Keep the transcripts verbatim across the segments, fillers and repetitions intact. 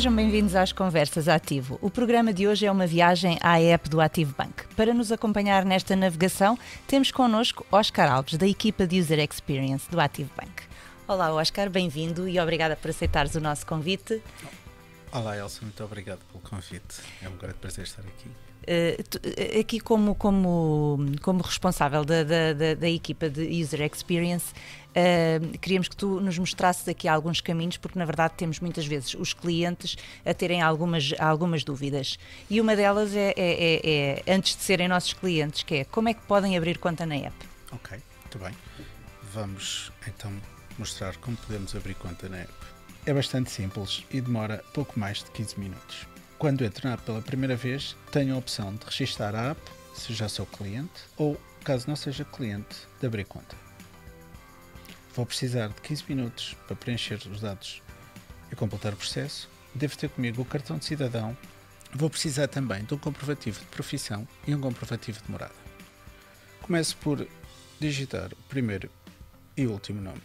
Sejam bem-vindos às Conversas Ativo. O programa de hoje é uma viagem à app do Ativo Bank. Para nos acompanhar nesta navegação, temos connosco Oscar Alves, da equipa de User Experience do Ativo Bank. Olá, Oscar, bem-vindo e obrigada por aceitares o nosso convite. Olá, Elsa, muito obrigado pelo convite. É um grande prazer estar aqui. Uh, tu, aqui como, como, como responsável da, da, da, da equipa de User Experience, uh, queríamos que tu nos mostrasses aqui alguns caminhos, porque na verdade temos muitas vezes os clientes a terem algumas, algumas dúvidas. E uma delas é, é, é, é, antes de serem nossos clientes, que é como é que podem abrir conta na app? Ok, muito bem. Vamos então mostrar como podemos abrir conta na app. É bastante simples e demora pouco mais de quinze minutos. Quando entro na app pela primeira vez, tenho a opção de registrar a app, se já sou cliente, ou, caso não seja cliente, de abrir conta. Vou precisar de quinze minutos para preencher os dados e completar o processo. Devo ter comigo o cartão de cidadão. Vou precisar também de um comprovativo de profissão e um comprovativo de morada. Começo por digitar o primeiro e o último nome,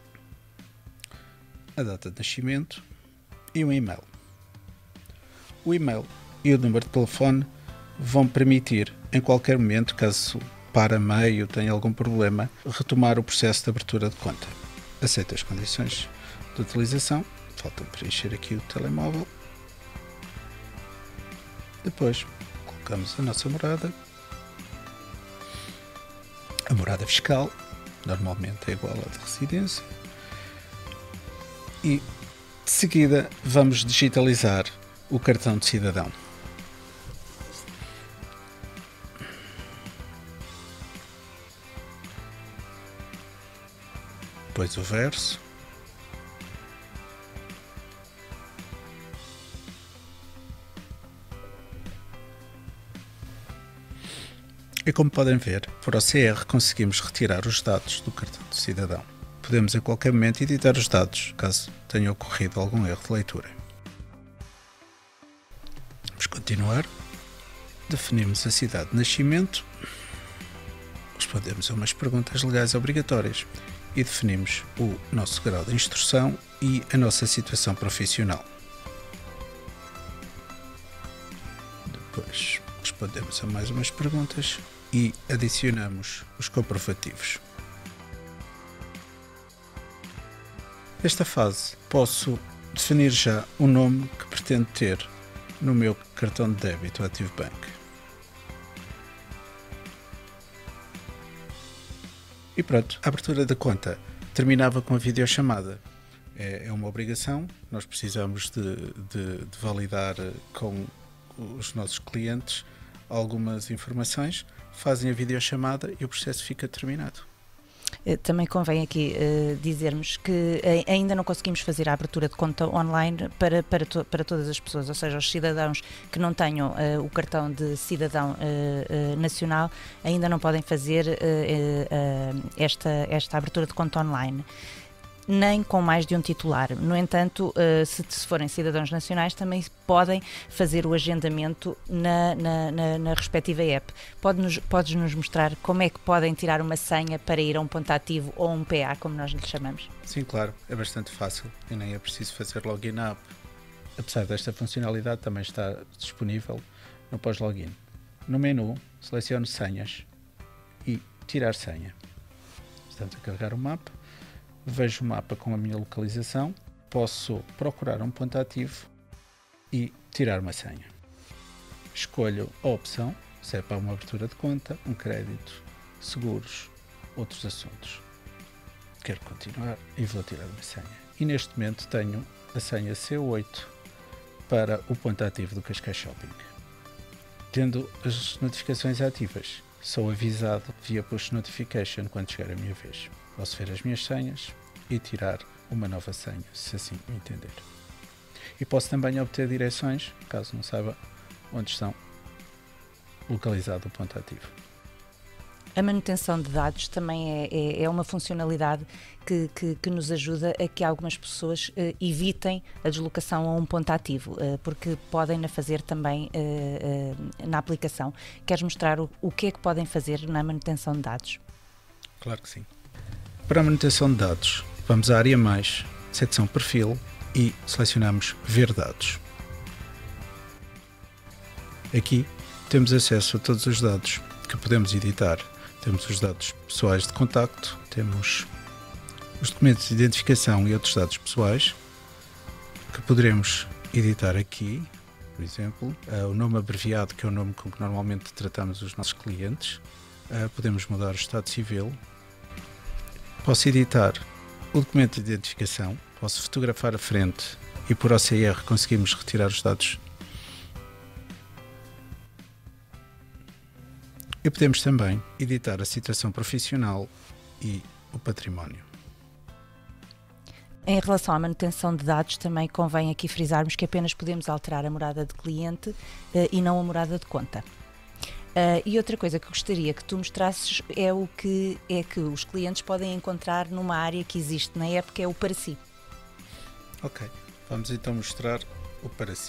a data de nascimento e um e-mail. O e-mail e o número de telefone vão permitir, em qualquer momento, caso para meio tenha algum problema, retomar o processo de abertura de conta. Aceito as condições de utilização. Falta preencher aqui o telemóvel. Depois, colocamos a nossa morada. A morada fiscal, normalmente é igual à de residência. E, de seguida, vamos digitalizar o cartão de cidadão. Depois o verso. E como podem ver, por O C R conseguimos retirar os dados do cartão de cidadão. Podemos em qualquer momento editar os dados, caso tenha ocorrido algum erro de leitura. Vamos continuar. Definimos a cidade de nascimento, respondemos a umas perguntas legais obrigatórias e definimos o nosso grau de instrução e a nossa situação profissional. Depois respondemos a mais umas perguntas e adicionamos os comprovativos. Nesta fase posso definir já o nome que pretendo ter no meu cartão de débito Ativo Bank. E pronto, a abertura da conta terminava com a videochamada. É, é uma obrigação, nós precisamos de, de, de validar com os nossos clientes algumas informações, fazem a videochamada e o processo fica terminado. Também convém aqui uh, dizermos que ainda não conseguimos fazer a abertura de conta online para, para, to, para todas as pessoas, ou seja, os cidadãos que não tenham uh, o cartão de cidadão uh, uh, nacional ainda não podem fazer uh, uh, esta, esta abertura de conta online, nem com mais de um titular. No entanto, se, se forem cidadãos nacionais, também podem fazer o agendamento na, na, na, na respectiva app. Pode-nos, podes-nos mostrar como é que podem tirar uma senha para ir a um ponto ativo ou um P A, como nós lhe chamamos? Sim, claro, é bastante fácil e nem é preciso fazer login na app. Apesar desta funcionalidade, também está disponível no pós-login. No menu, seleciono senhas e tirar senha. Estamos a carregar o mapa. Vejo o mapa com a minha localização, posso procurar um ponto ativo e tirar uma senha. Escolho a opção, se é para uma abertura de conta, um crédito, seguros, outros assuntos. Quero continuar e vou tirar uma senha. E neste momento tenho a senha C oito para o ponto ativo do Cascais Shopping. Tendo as notificações ativas, sou avisado via push notification quando chegar a minha vez. Posso ver as minhas senhas e tirar uma nova senha, se assim entender. E posso também obter direções, caso não saiba onde estão localizado o ponto ativo. A manutenção de dados também é, é, é uma funcionalidade que, que, que nos ajuda a que algumas pessoas uh, evitem a deslocação a um ponto ativo, uh, porque podem na fazer também uh, uh, na aplicação. Queres mostrar o, o que é que podem fazer na manutenção de dados? Claro que sim. Para a manutenção de dados, vamos à área mais, secção perfil e selecionamos ver dados. Aqui temos acesso a todos os dados que podemos editar. Temos os dados pessoais de contacto, temos os documentos de identificação e outros dados pessoais que poderemos editar aqui. Por exemplo, o nome abreviado, que é o nome com que normalmente tratamos os nossos clientes. Podemos mudar o estado civil. Posso editar o documento de identificação, posso fotografar a frente e por O C R conseguimos retirar os dados. E podemos também editar a situação profissional e o património. Em relação à manutenção de dados, também convém aqui frisarmos que apenas podemos alterar a morada de cliente uh, e não a morada de conta. Uh, e outra coisa que gostaria que tu mostrasses é o que é que os clientes podem encontrar numa área que existe na app, que é o para si. Ok, vamos então mostrar o para si.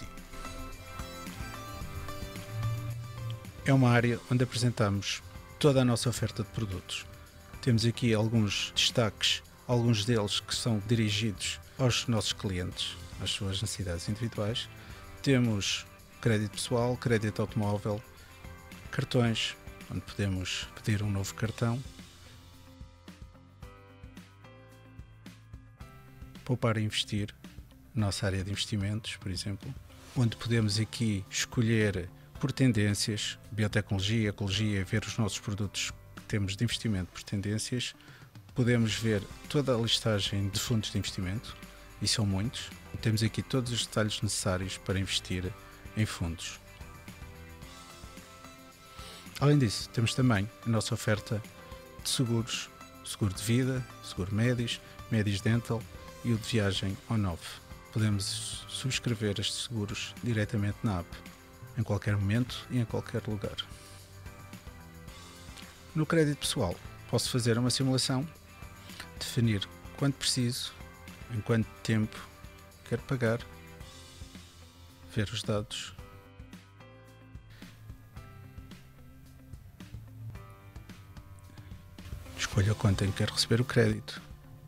É uma área onde apresentamos toda a nossa oferta de produtos. Temos aqui alguns destaques, alguns deles que são dirigidos aos nossos clientes, às suas necessidades individuais. Temos crédito pessoal, crédito automóvel, cartões, onde podemos pedir um novo cartão, poupar e investir, nossa área de investimentos, por exemplo, onde podemos aqui escolher por tendências, biotecnologia, ecologia, ver os nossos produtos que temos de investimento por tendências. Podemos ver toda a listagem de fundos de investimento, e são muitos. Temos aqui todos os detalhes necessários para investir em fundos. Além disso, temos também a nossa oferta de seguros, seguro de vida, seguro médios, médios dental e o de viagem ONOV. Podemos subscrever estes seguros diretamente na app, em qualquer momento e em qualquer lugar. No crédito pessoal, posso fazer uma simulação, definir quanto preciso, em quanto tempo quero pagar, ver os dados. Escolho a conta em que quero receber o crédito.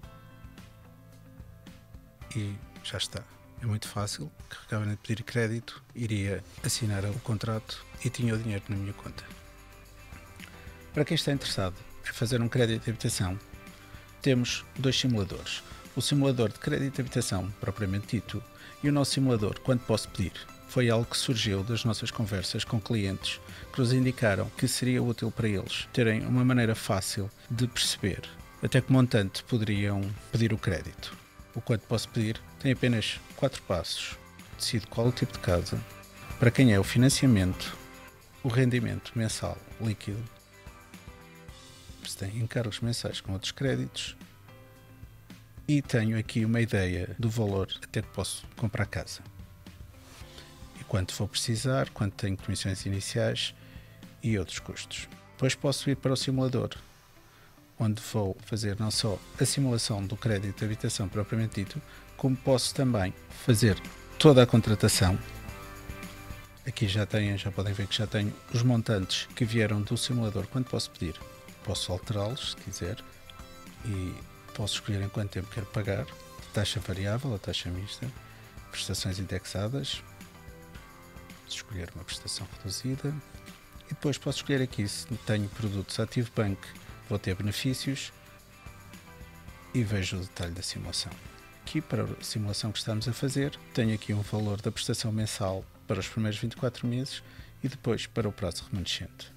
E já está. É muito fácil, carregava na pedir crédito, iria assinar o contrato e tinha o dinheiro na minha conta. Para quem está interessado em fazer um crédito de habitação, temos dois simuladores. O simulador de crédito de habitação, propriamente dito, e o nosso simulador, quanto posso pedir. Foi algo que surgiu das nossas conversas com clientes que nos indicaram que seria útil para eles terem uma maneira fácil de perceber até que montante poderiam pedir o crédito. O quanto posso pedir tem apenas quatro passos. Decido qual o tipo de casa, para quem é o financiamento, o rendimento mensal líquido, se tem encargos mensais com outros créditos e tenho aqui uma ideia do valor até que posso comprar casa. E quanto vou precisar, quanto tenho comissões iniciais e outros custos. Depois posso ir para o simulador, onde vou fazer não só a simulação do crédito de habitação propriamente dito, como posso também fazer toda a contratação. Aqui já têm, já podem ver que já tenho os montantes que vieram do simulador, quanto posso pedir. Posso alterá-los se quiser e posso escolher em quanto tempo quero pagar, taxa variável ou taxa mista, prestações indexadas, escolher uma prestação reduzida e depois posso escolher aqui se tenho produtos Active Bank, vou ter benefícios e vejo o detalhe da simulação. Aqui para a simulação que estamos a fazer, tenho aqui um valor da prestação mensal para os primeiros vinte e quatro meses e depois para o prazo remanescente.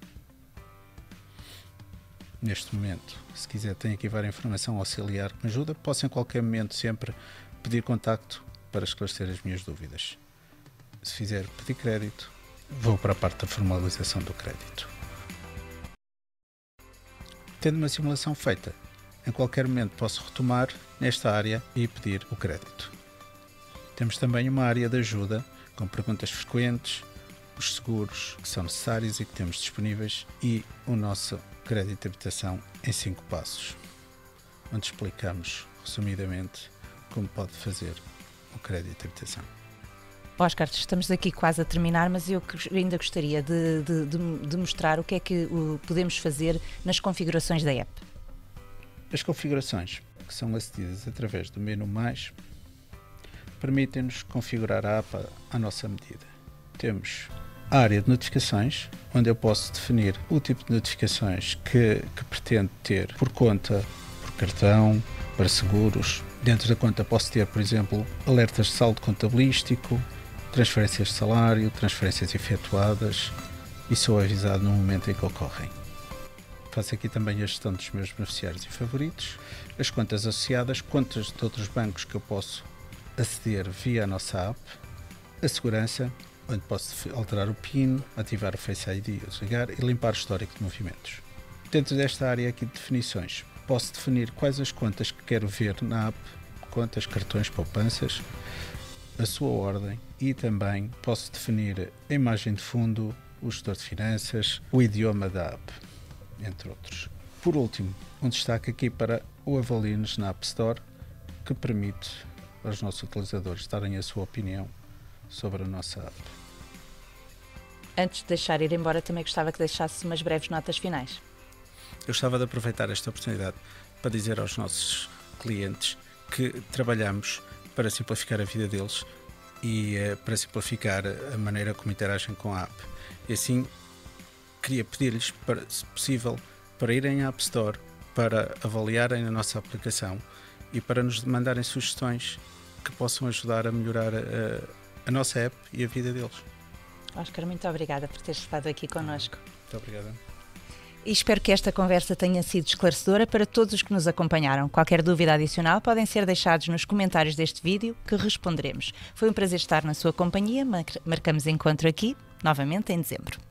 Neste momento, se quiser, tenho aqui várias informação auxiliar que me ajuda. Posso em qualquer momento sempre pedir contacto para esclarecer as minhas dúvidas. Se fizer pedir crédito, vou para a parte da formalização do crédito. Tendo uma simulação feita, em qualquer momento posso retomar nesta área e pedir o crédito. Temos também uma área de ajuda com perguntas frequentes, os seguros que são necessários e que temos disponíveis e o nosso crédito de habitação em cinco passos, onde explicamos resumidamente como pode fazer o crédito de habitação. Oscar, estamos aqui quase a terminar, mas eu ainda gostaria de, de, de, de mostrar o que é que uh, podemos fazer nas configurações da app. As configurações, que são acedidas através do menu mais, permitem-nos configurar a app à nossa medida. Temos a área de notificações, onde eu posso definir o tipo de notificações que, que pretendo ter por conta, por cartão, para seguros. Dentro da conta posso ter, por exemplo, alertas de saldo contabilístico, transferências de salário, transferências efetuadas, e sou avisado no momento em que ocorrem. Faço aqui também a gestão dos meus beneficiários e favoritos, as contas associadas, contas de outros bancos que eu posso aceder via a nossa app, a segurança, onde posso alterar o PIN, ativar o Face I D, desligar e limpar o histórico de movimentos. Dentro desta área aqui de definições, posso definir quais as contas que quero ver na app, contas, cartões, poupanças, a sua ordem, e também posso definir a imagem de fundo, o gestor de finanças, o idioma da app, entre outros. Por último, um destaque aqui para o Avalie-nos na App Store, que permite aos nossos utilizadores darem a sua opinião sobre a nossa app. Antes de deixar ir embora, também gostava que deixasse umas breves notas finais. Eu gostava de aproveitar esta oportunidade para dizer aos nossos clientes que trabalhamos para simplificar a vida deles e eh, para simplificar a maneira como interagem com a app. E assim, queria pedir-lhes, para, se possível, para irem à App Store, para avaliarem a nossa aplicação e para nos mandarem sugestões que possam ajudar a melhorar a, a nossa app e a vida deles. Oscar, muito obrigada por teres estado aqui connosco. Muito obrigado. E espero que esta conversa tenha sido esclarecedora para todos os que nos acompanharam. Qualquer dúvida adicional podem ser deixados nos comentários deste vídeo, que responderemos. Foi um prazer estar na sua companhia. Marcamos encontro aqui, novamente em dezembro.